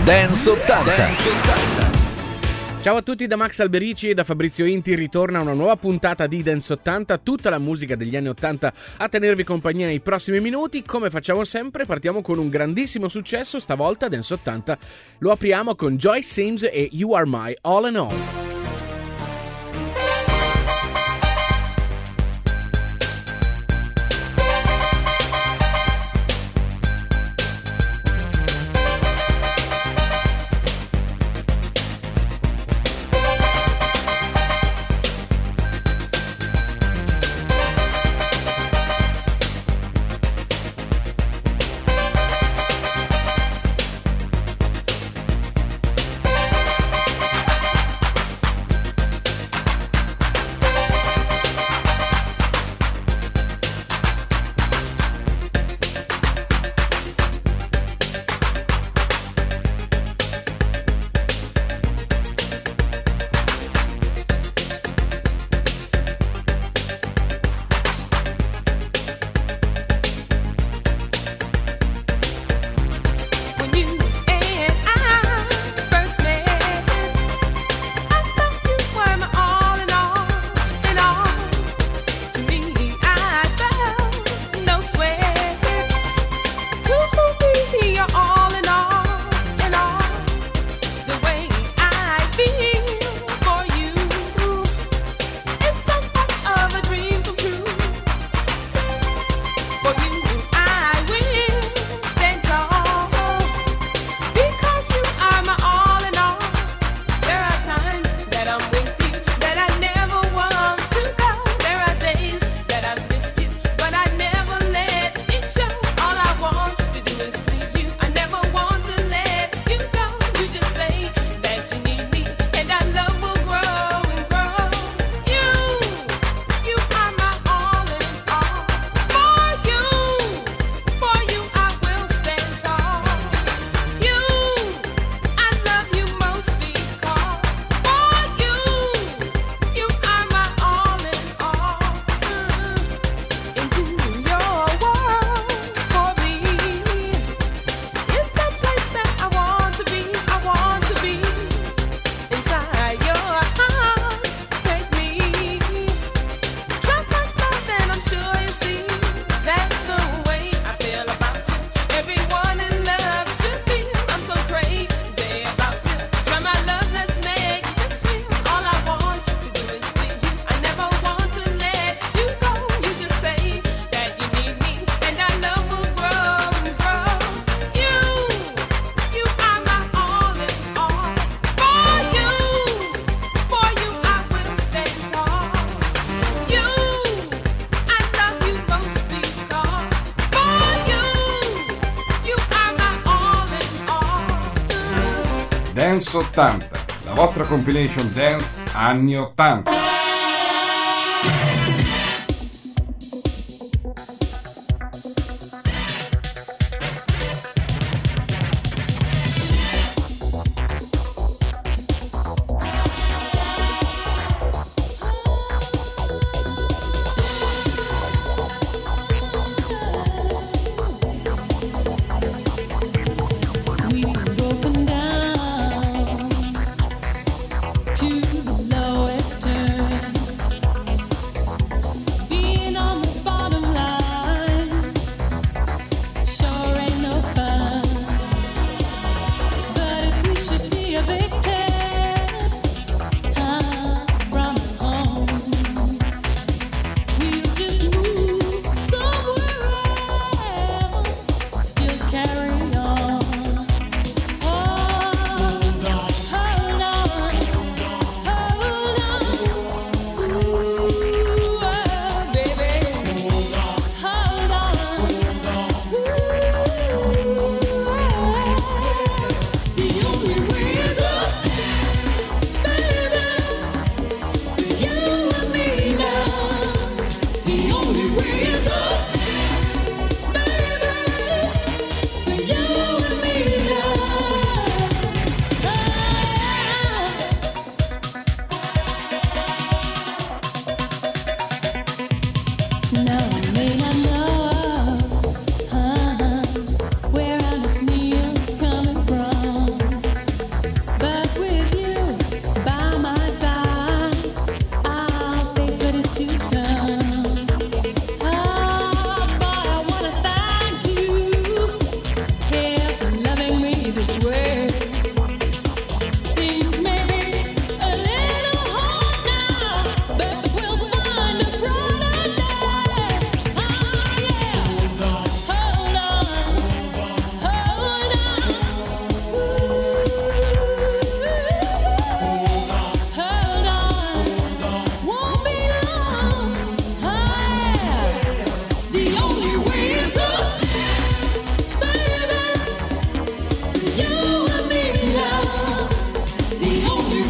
Dance 80. Ciao a tutti da Max Alberici e da Fabrizio Inti. Ritorna una nuova puntata di Dance 80, tutta la musica degli anni 80 a tenervi compagnia nei prossimi minuti. Come facciamo sempre, partiamo con un grandissimo successo. Stavolta Dance 80 lo apriamo con Joyce Sims e You Are My All in All. Dance 80, la vostra compilation dance anni 80. To the lowest turn.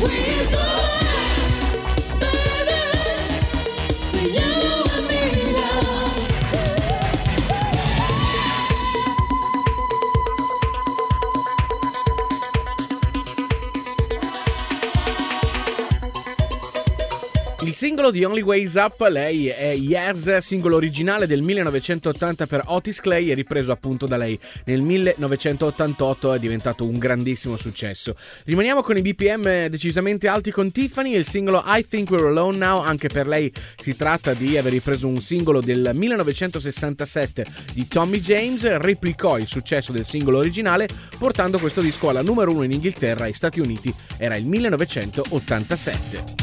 Il singolo di Only Ways Up, lei è Years, singolo originale del 1980 per Otis Clay e ripreso appunto da lei nel 1988, è diventato un grandissimo successo. Rimaniamo con i BPM decisamente alti con Tiffany, il singolo I Think We're Alone Now, anche per lei si tratta di aver ripreso un singolo del 1967 di Tommy James, replicò il successo del singolo originale portando questo disco alla numero 1 in Inghilterra e Stati Uniti, era il 1987.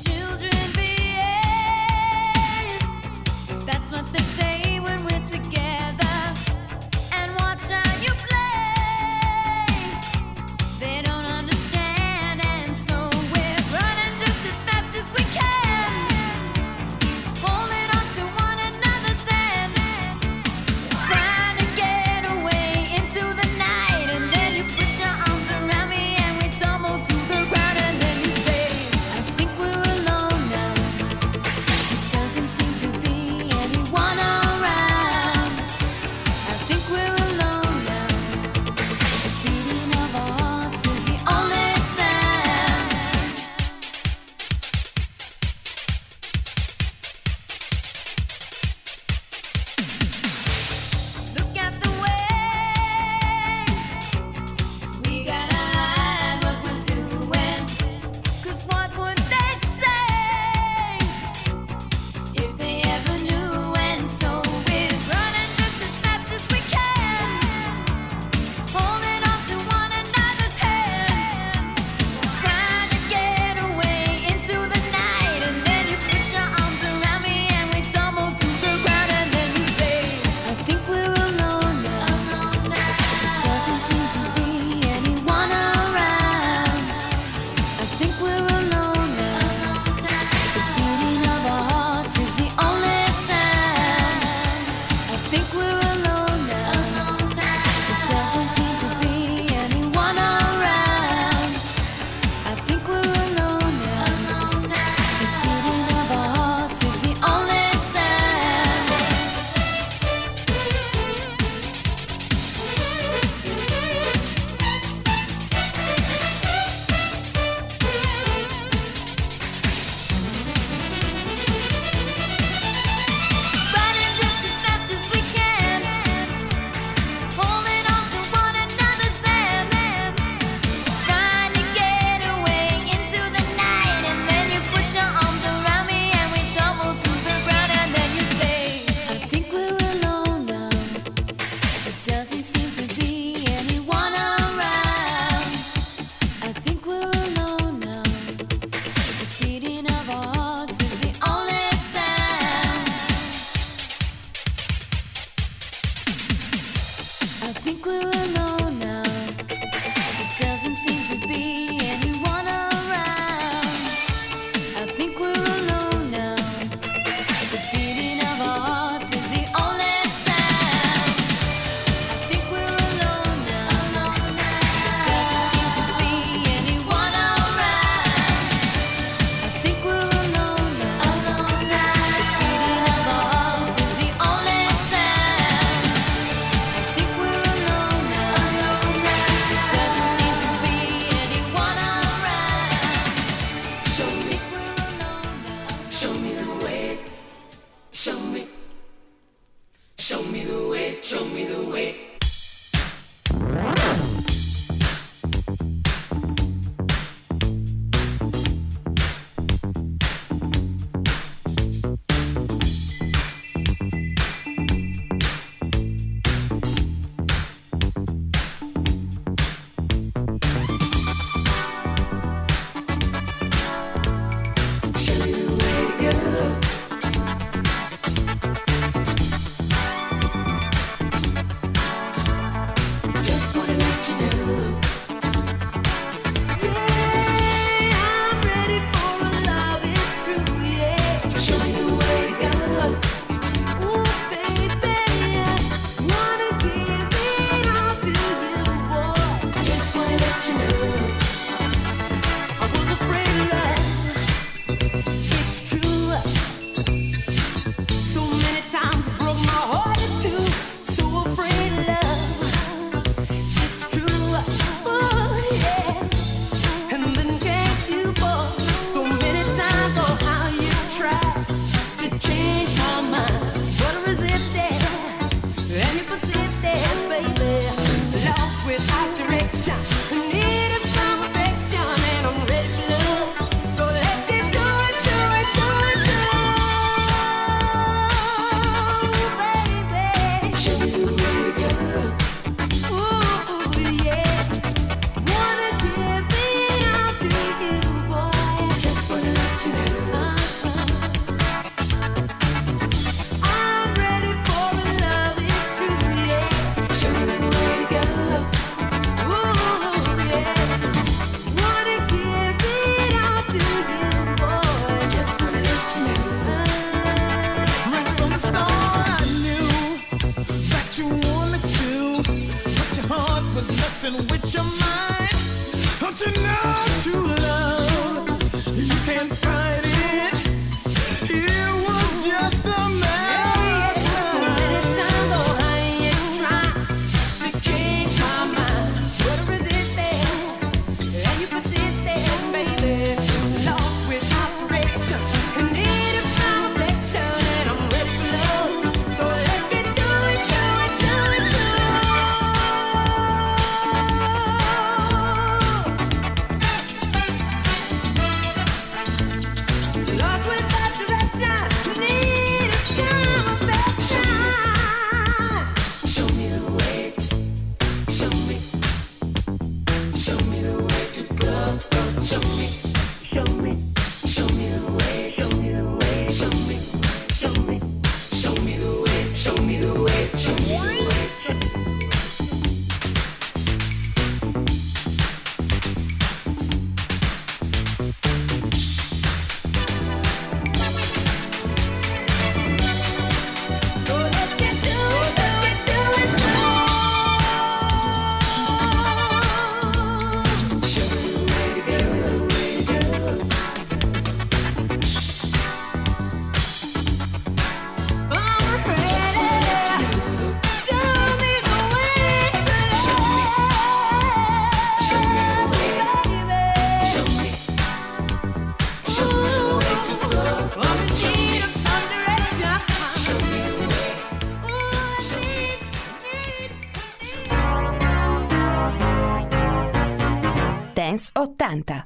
That's what they say when we're together. And watch how you play. They don't understand, and so we're running just as fast as we can, holding on to one another's hand, trying to get away into the night. And then you put your arms around me and we tumble to the ground. And then you say, I think we're Don't you know true love? You can't fight it. It was just a matter of time. Many times, oh, I ain't trying to change my mind, but I resisted, and you persisted, baby. Lost without direction, in need of some affection, and I'm ready for love. So let's get to it, to it, to it, to it. Lost without direction, need of some affection. Show me the way, show me the way to go. Show me the way, show me the way, show me the way, show me the way, show me the way. So let's get to it, to it, to it, show me the way to go, way to go. I'm ready. Show me the way to go. Show me the way, show me the way to go. I'm in need of some direction. Show me the way. Ooh, I need. Dance 80.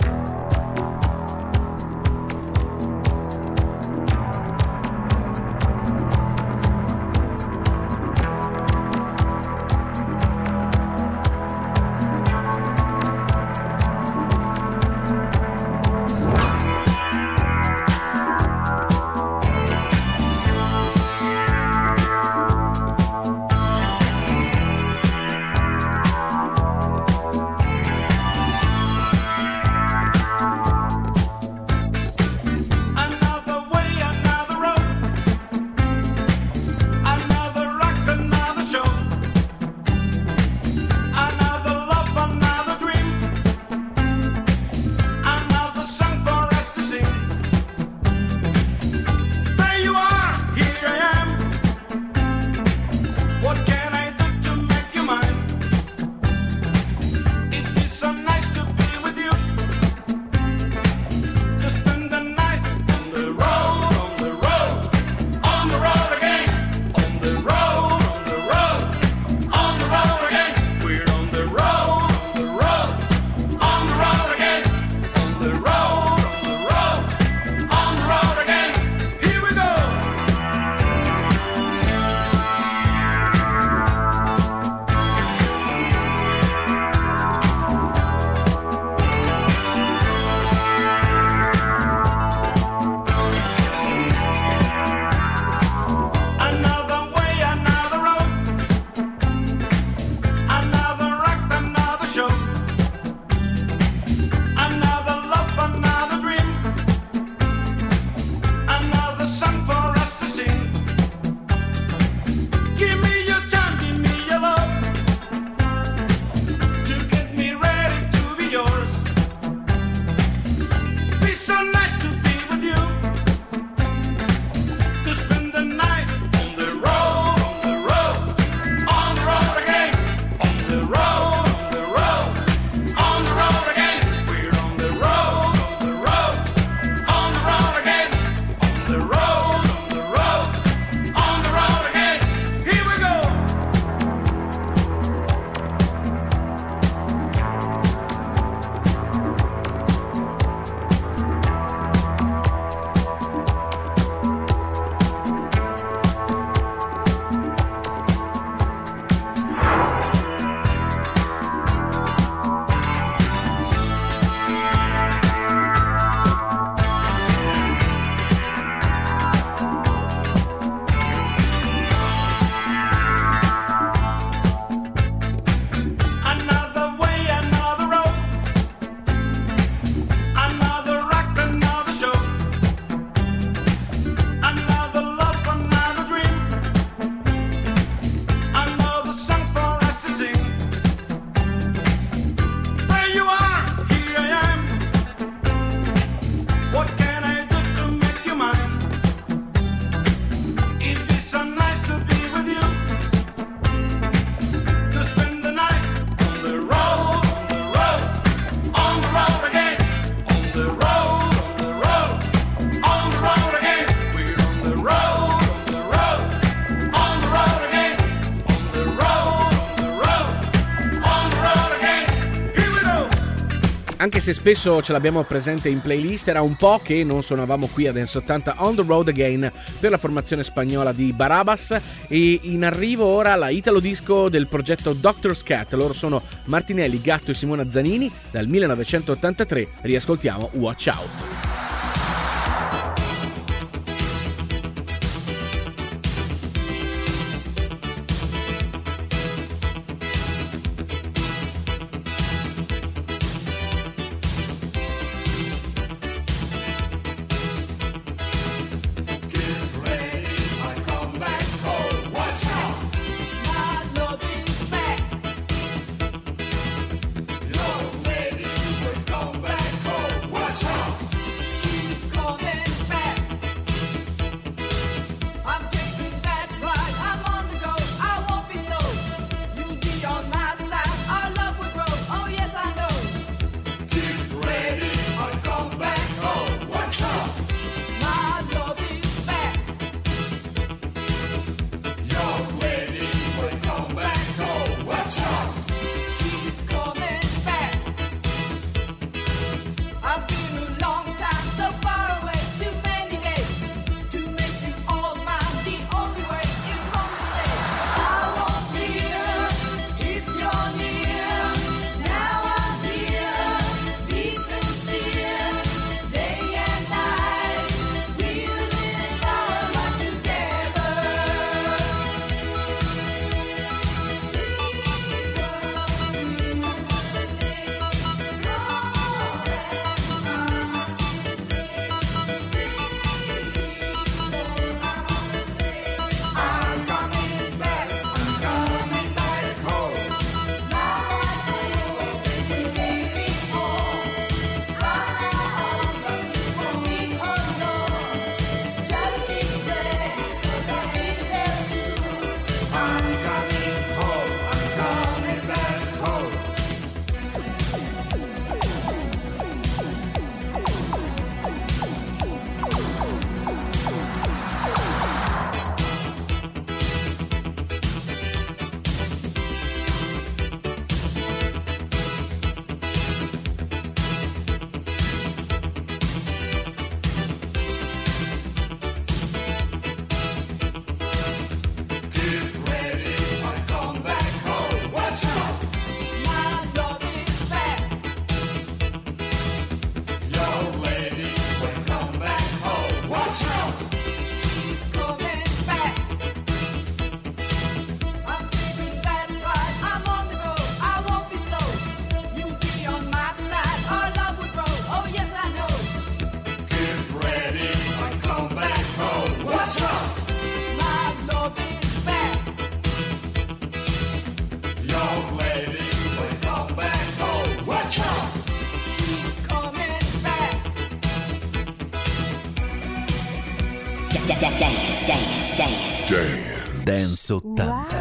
Anche se spesso ce l'abbiamo presente in playlist, era un po' che non suonavamo qui a Dance 80 On The Road Again per la formazione spagnola di Barabas, e in arrivo ora la Italo Disco del progetto Doctor's Cat. Loro sono Martinelli, Gatto e Simona Zanini. Dal 1983 riascoltiamo Watch Out. Dance 80.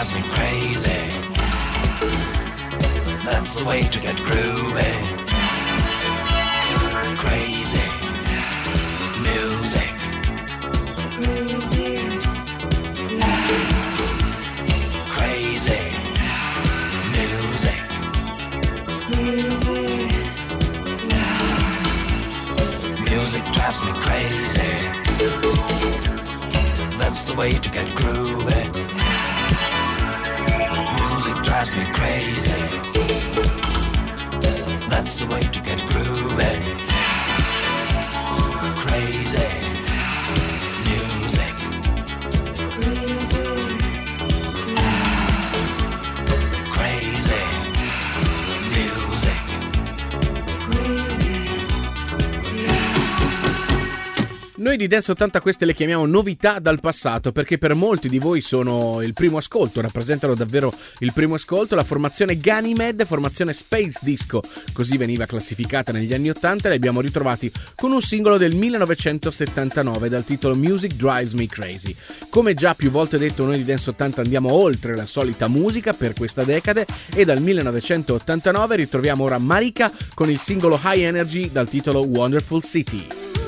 drives me crazy. That's the way to get groovy. Crazy music. Crazy Crazy music. Music drives me crazy. That's the way to get groovy. Music drives me crazy. That's the way to get groovy. Crazy music. Crazy music. Noi di Dance 80 queste le chiamiamo novità dal passato, perché per molti di voi sono il primo ascolto, rappresentano davvero il primo ascolto. La formazione Ganymede, formazione Space Disco, così veniva classificata negli anni 80, li abbiamo ritrovati con un singolo del 1979 dal titolo Music Drives Me Crazy. Come già più volte detto, noi di Dance 80 andiamo oltre la solita musica per questa decade e dal 1989 ritroviamo ora Marika con il singolo High Energy dal titolo Wonderful City.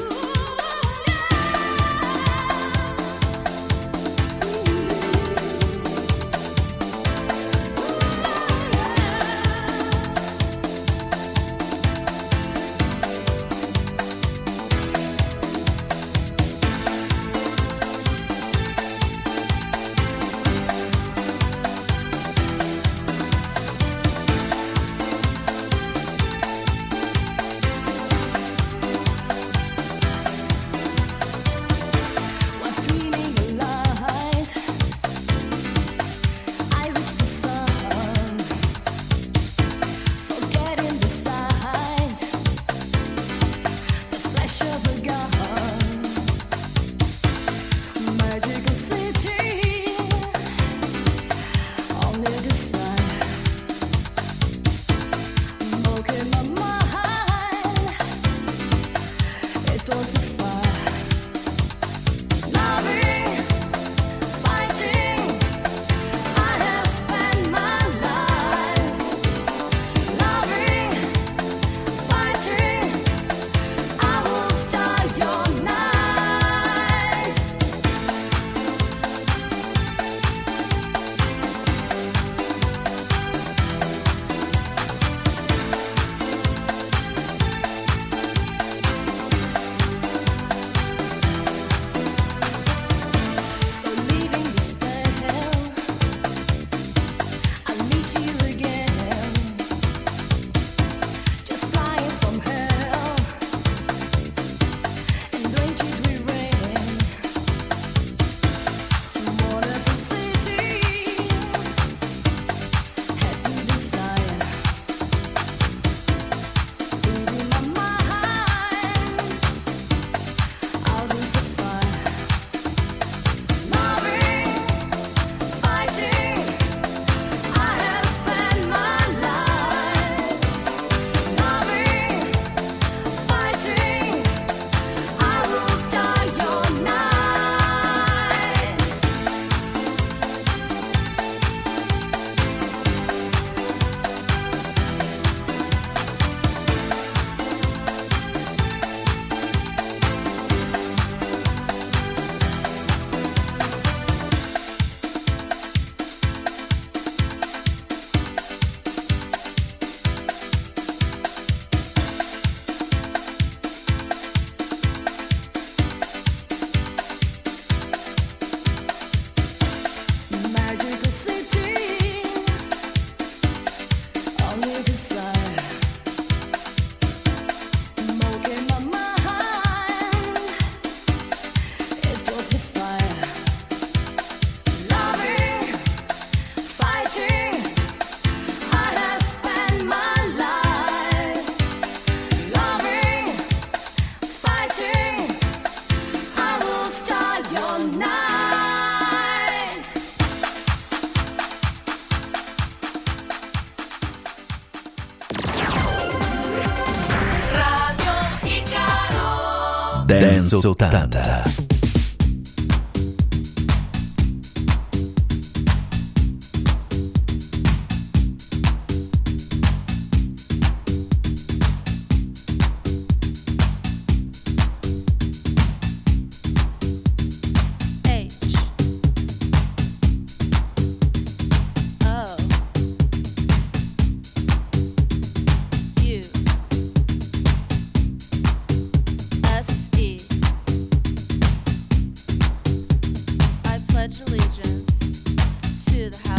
Dance 80.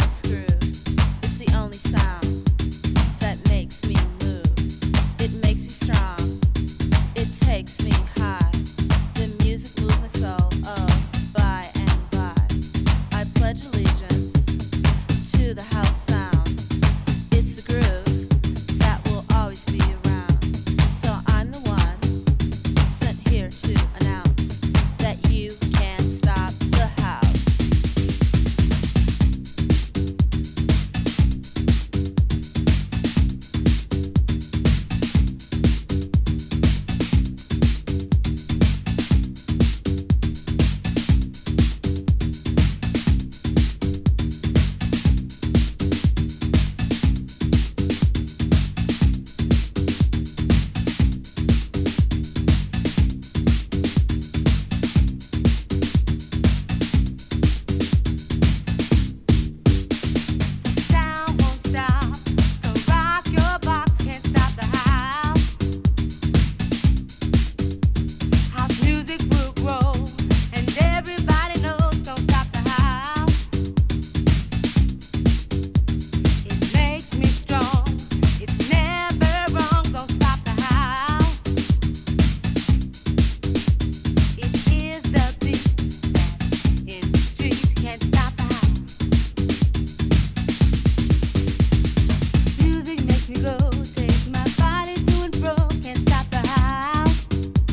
house groove. It's the only sound that makes me move. It makes me strong. It takes me high. The music moves my soul. Oh, by and by. I pledge allegiance to the house sound. It's the groove that will always be around. So I'm the one sent here to announce that you can't stop the house. Sound won't stop, so rock your box, can't stop the house. House music will grow, and everybody knows, don't stop the house. It makes me strong, it's never wrong, don't stop the house. It is the beat that's in the streets, can't stop the house. Music makes me go, takes my body to and fro, can't stop the house.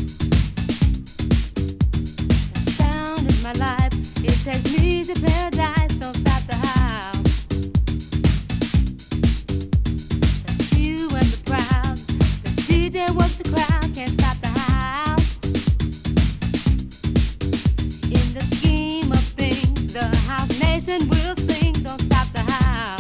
The sound is my life, it takes me to paradise, don't stop the house. The few and the proud, the DJ works the crowd, can't stop the house. In the scheme of things, the house nation will sing, don't stop the house.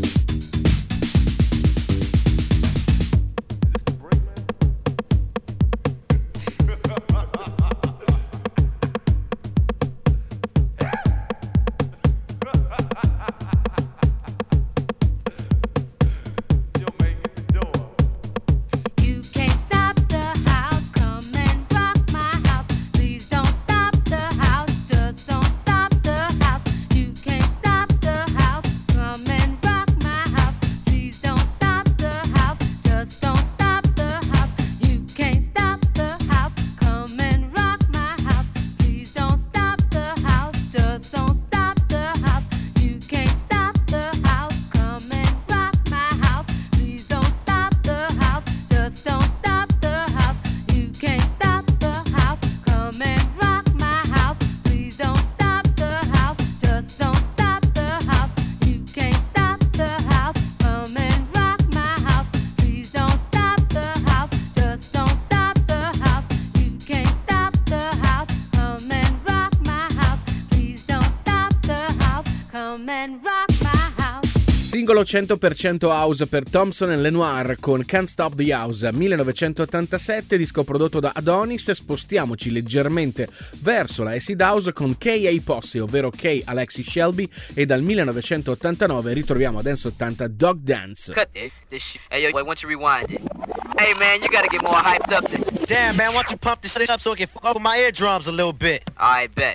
You can't stop the house, come and rock my house. Please don't stop the house, just don't stop the house. You can't stop the house, come and rock my house. Please don't stop the house, just don't stop the house. You can't stop the house, come and rock my house. Please don't stop the house, just don't stop the house. You can't stop the house, come and rock my house. Please don't stop the house, just don't stop the house. You can't stop the house, come and rock my house. Please don't stop the house, just don't stop the house. You can't stop the house, come and rock my house. Please don't stop the house, just don't stop the house. You can't stop the house, come and rock my house. Please don't stop the house, come and rock my house. Singolo 100% house per Thompson e Lenoir con Can't Stop the House 1987, disco prodotto da Adonis. Spostiamoci leggermente verso la acid house con K.A. Posse, ovvero K. Alexis Shelby, e dal 1989 ritroviamo a Dance 80 Dog Dance. Cut this shit. Hey, yo, why don't you rewind it? Hey, man, you gotta get more hyped up than. Damn, man, why don't you pump this shit up so it can fuck over my eardrums a little bit? I bet.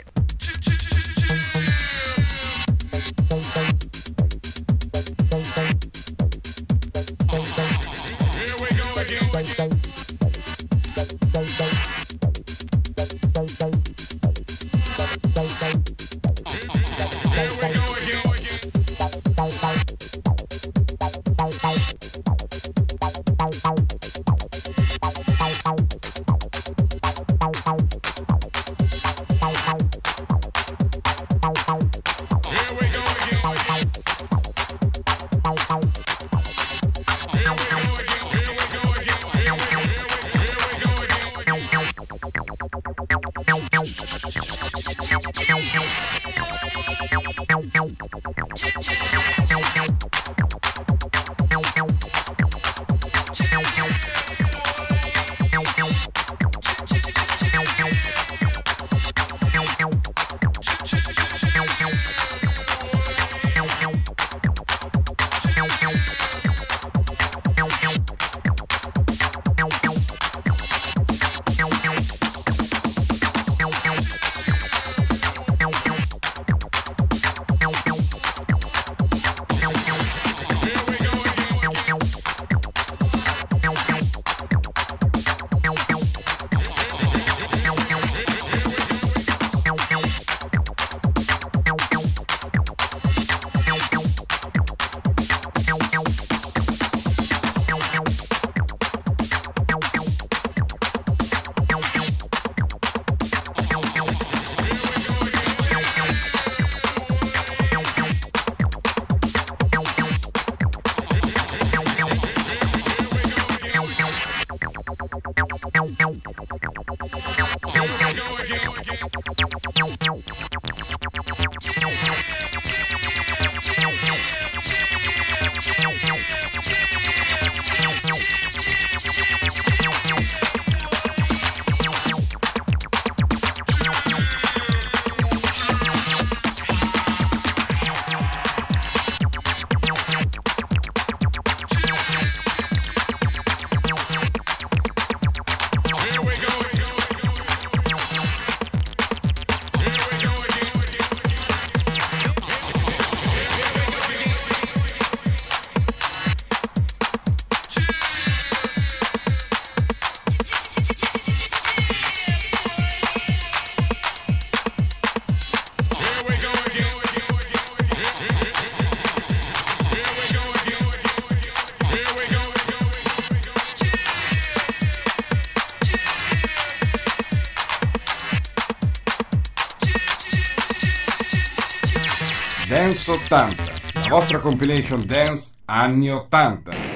Dance 80, la vostra compilation dance anni 80.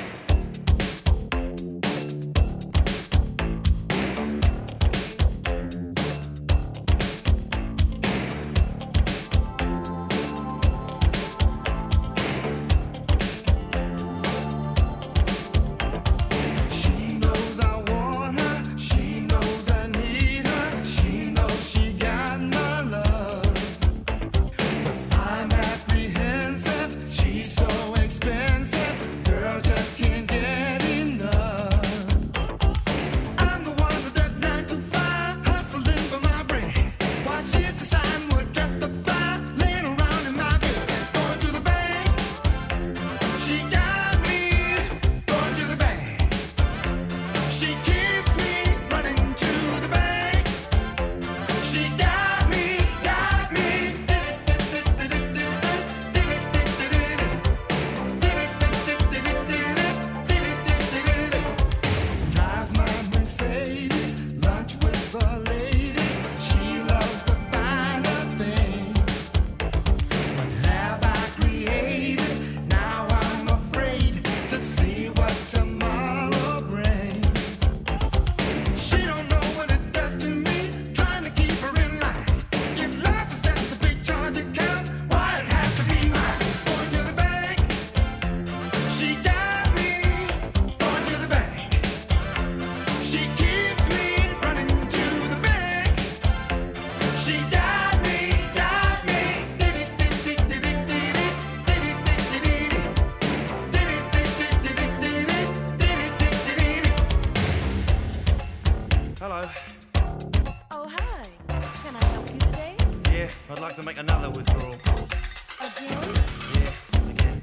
I'd like to make another withdrawal. Again? Yeah, again.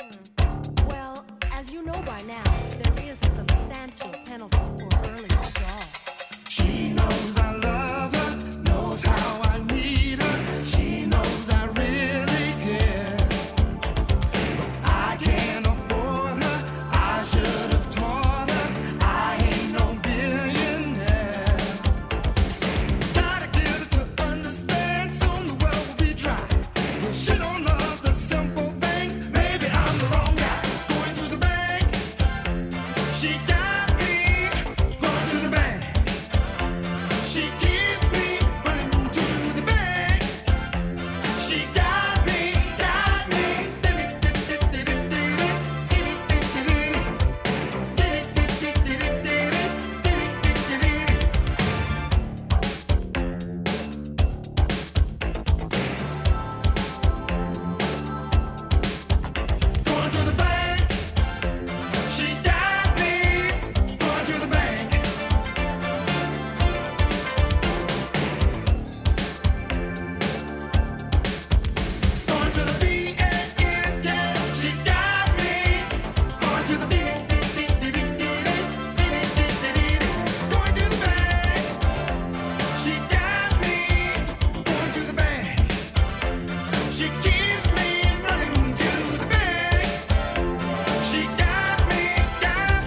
Well, as you know by now, there is a substantial penalty for early withdrawal. She knows I love her, knows how I need her. She knows I really care. But I can't afford her, I should have taught her. I ain't no billionaire. Gotta get her to understand, soon the world will be dry. If she don't love the simple things, maybe I'm the wrong guy. Going to the bank, she got me. Going to the bank. She keeps me running to the bank. She got me, got me. Going to the bank. She got me. Going to the bank. Going to the B-A-N-K, she got me. Going to the B-A-N-K, going to the bank. She got me. Going to the bank. She keeps me running to the bank. She got me, got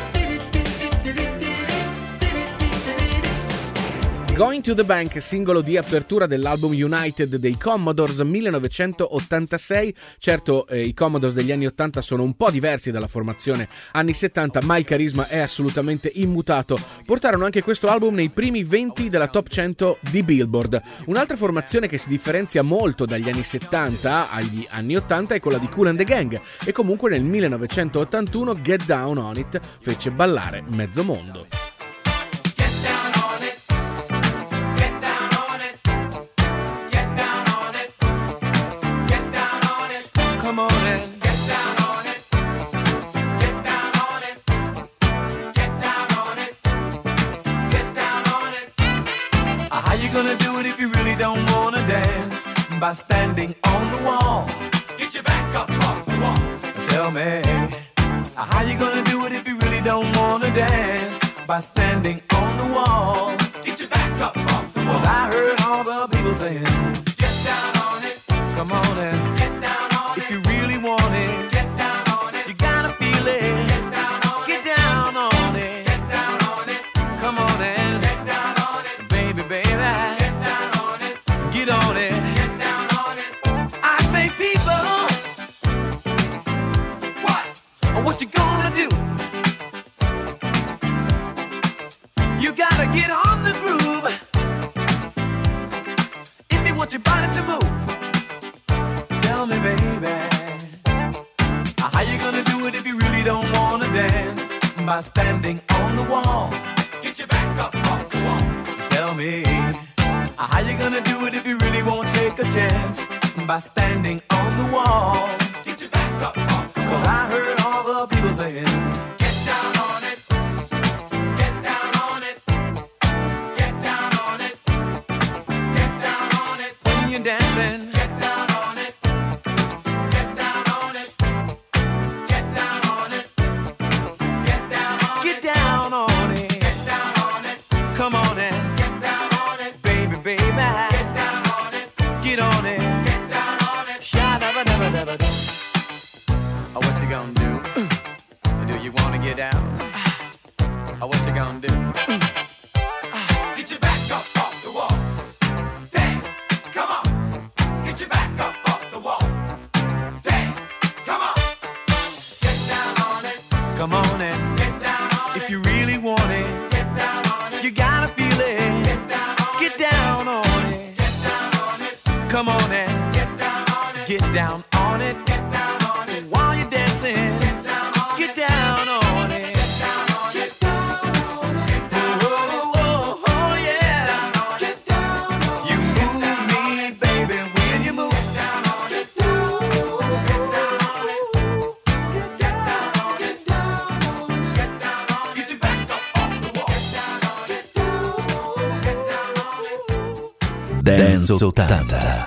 me. Going to the Bank, singolo di apertura dell'album United dei Commodores 1986. Certo, i Commodores degli anni 80 sono un po' diversi dalla formazione anni 70, ma il carisma è assolutamente immutato. Portarono anche questo album nei primi 20 della top 100 di Billboard. Un'altra formazione che si differenzia molto dagli anni 70 agli anni 80 è quella di Kool and the Gang, e comunque nel 1981 Get Down on It fece ballare mezzo mondo. Come on and get down on it. Get down on it. Get down on it. Get down on it. How you gonna do it if you really don't wanna dance? By standing on the wall. Get your back up off the wall. Tell me, how you gonna do it if you really don't wanna dance? By standing on the wall. Get your back up off the wall. 'Cause I heard all the people saying, get down on it. Come on and get down on it. If you really want it, get down on it. You gotta feel it. Get down on it. Get down on it. Get down on it. Come on and get down on it. Baby, baby. Get down on it. Get on it. Get down on it. I say people. by standing on the wall. Get your back up off the wall. Tell me, how you gonna do it if you really won't take a chance? By standing on the wall. Get your back up off the wall. 'Cause I heard all the people saying, get down on it. Get down on it. Get down on it. Get down on it. When you're dancing, get down on it. Get down on it. Get down on it. Get down on it. Get down on it. Get down on it. Come on and get down on it. Baby, baby. Get down on it. Get on it. Get down on it. Sha-da-ba-da-ba-da-ba-da. Oh, what you gonna do? Do you wanna get down? Oh, what you gonna do? Get your back up off the wall. Dance, come on. Get your back up off the wall. Dance, come on. Get down on it. Come on and get down on it. If you really want it, get down on it. You gotta feel it. Get down on it. Get down on it. Get down on it. Come on and get down on it. Get down on it. Get down on it. While you're dancing, get down on it. Get down on it. Get down on it. Get down on it. Oh, oh, oh, yeah. Get down on it. You move me, baby, when you move. Get down on it. Get down on it. Get down on it. Get down on it. Get down on it. Get your back up off the wall. Get down on it. Get down on it. Dance 80.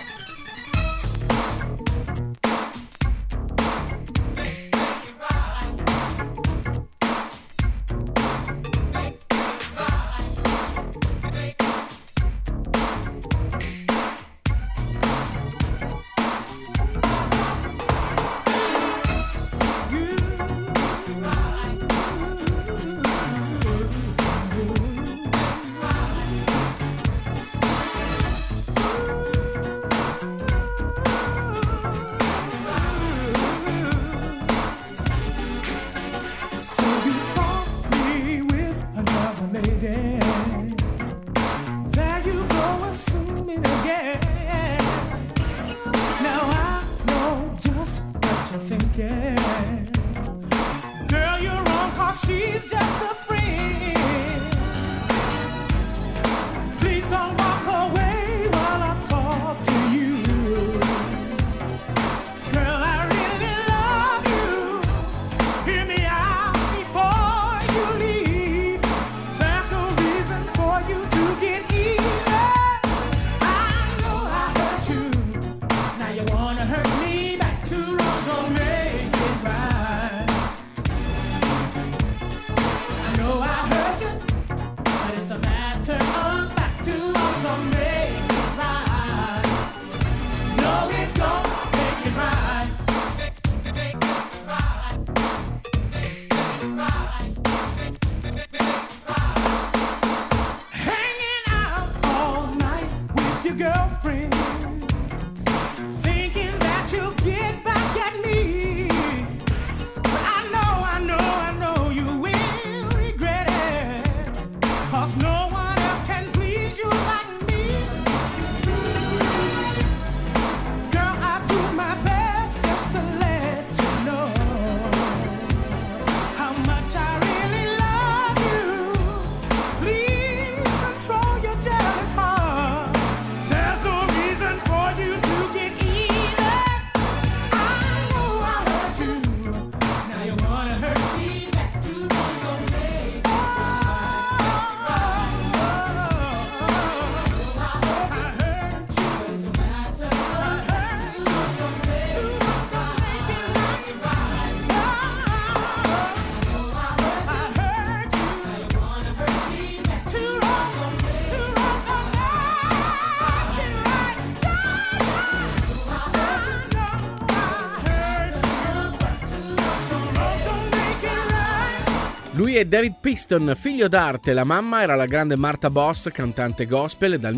Lui è David Piston, figlio d'arte. La mamma era la grande Martha Boss, cantante gospel. Dal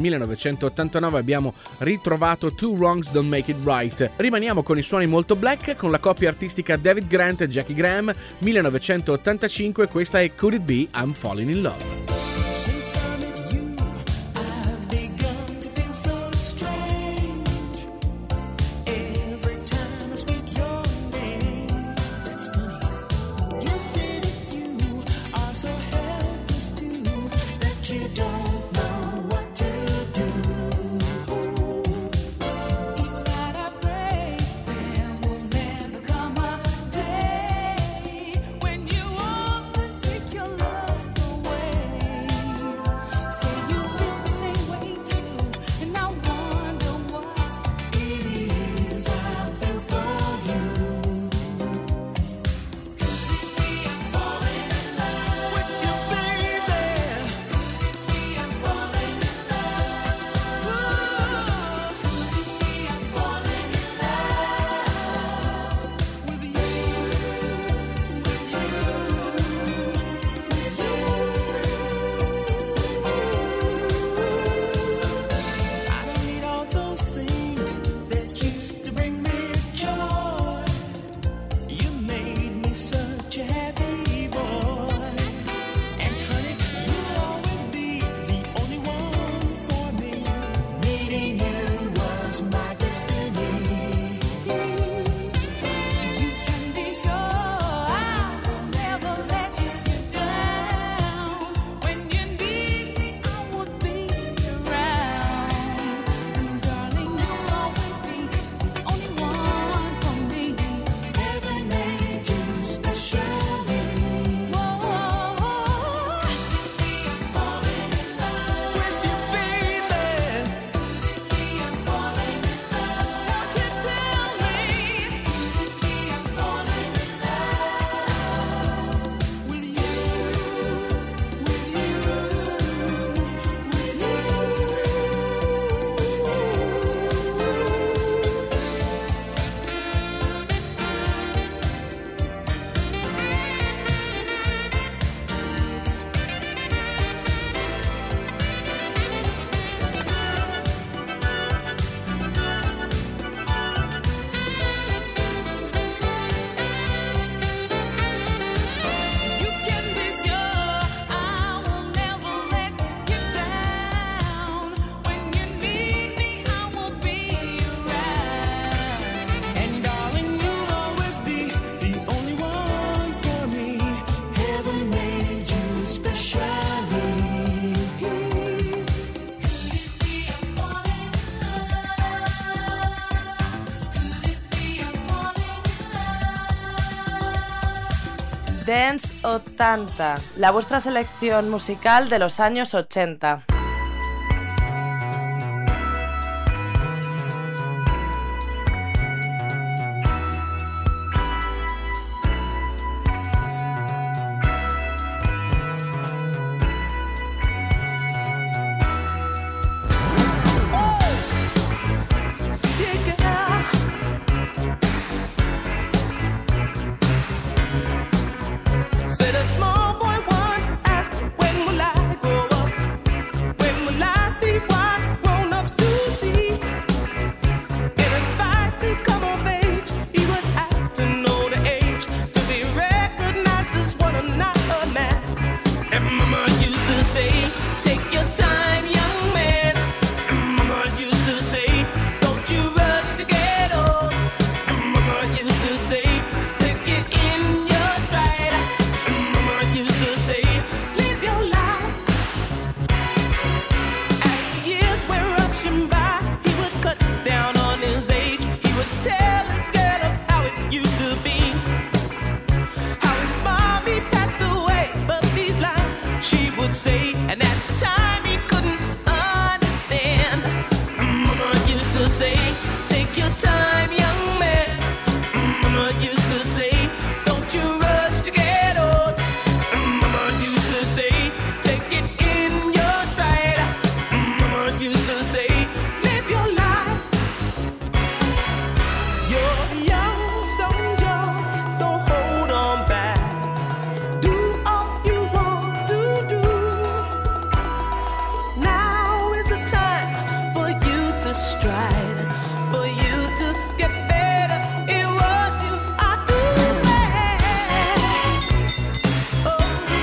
1989 abbiamo ritrovato Two Wrongs Don't Make It Right. Rimaniamo con i suoni molto black, con la coppia artistica David Grant e Jackie Graham, 1985. Questa è Could It Be I'm Falling in Love. Dance 80, la vuestra selección musical de los años 80. Said a small boy once asked, when will I grow up? When will I see what grown-ups do see? In his fight to come of age, he would have to know the age to be recognized as one and not a mass. And Mama used to say, take your time, young man. And Mama used to say, don't you rush to get old. And Mama used to say, take it in your stride. And Mama used to say, live your life. As the years were rushing by, he would cut down on his age. He would tell his girl of how it used to be, how his mommy passed away. But these lines she would say, and at the time he couldn't understand. And Mama used to say, take your time, young man. And Mama used to say, don't you rush to get old. And Mama used to say, take it in your stride. And Mama used to say, live your life. You're young, so young, don't hold on back. Do all you want to do. Now is the time for you to stride, for you to get better in what you are doing. Oh.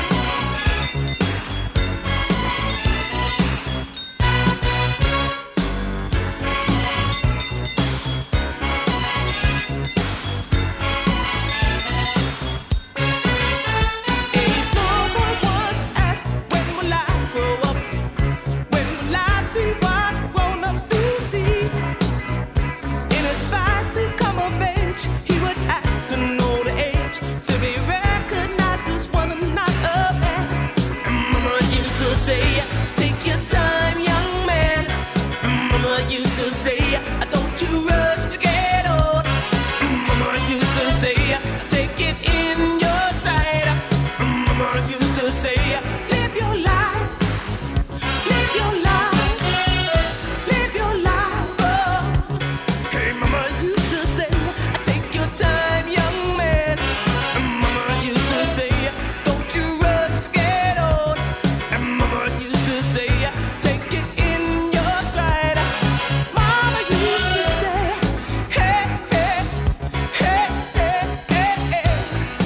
A small boy once asked, when will I grow up? When will I see what grown-ups do see? In his fight to come of age, he would have to know the age to be recognized as one and not a mass. And Mama used to say, take your time, young man. And Mama used to say, don't you rush to get old. And Mama used to say, take it in your stride. And Mama used to say, live your life. Live your life. Live your life. Oh. Hey, Mama used to say, take your time, young man. And Mama used to say, don't you rush to get old. And Mama used to say, take it in your stride. Mama used to say, hey, hey, hey, hey, hey, hey.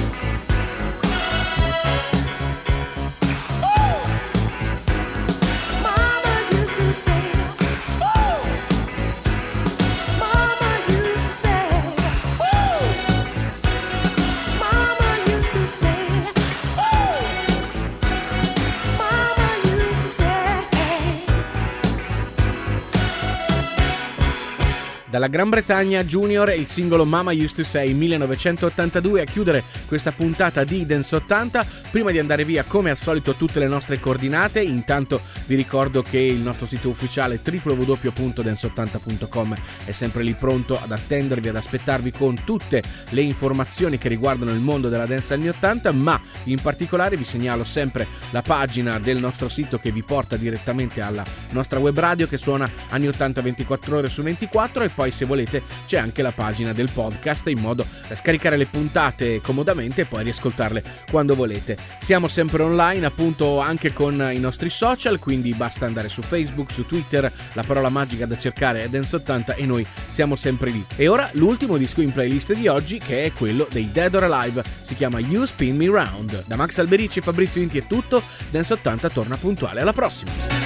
Ooh. Mama used to say, ooh. Mama used to say, ooh. Mama used to say, ooh. Mama used to say. Dalla Gran Bretagna, Junior e il singolo Mama Used to Say 1982 a chiudere questa puntata di Dance 80. Prima di andare via, come al solito, tutte le nostre coordinate. Intanto vi ricordo che il nostro sito ufficiale www.dance80.com è sempre lì pronto ad attendervi, ad aspettarvi con tutte le informazioni che riguardano il mondo della dance anni 80, ma in particolare vi segnalo sempre la pagina del nostro sito che vi porta direttamente alla nostra web radio che suona anni 80 24 ore su 24, e poi se volete c'è anche la pagina del podcast in modo da scaricare le puntate comodamente e poi riascoltarle quando volete. Siamo sempre online appunto anche con i nostri social, quindi basta andare su Facebook, su Twitter, la parola magica da cercare è Dance 80 e noi siamo sempre lì. E ora l'ultimo disco in playlist di oggi, che è quello dei Dead or Alive, si chiama You Spin Me Round. Da Max Alberici e Fabrizio Inti è tutto, Dance 80 torna puntuale, alla prossima!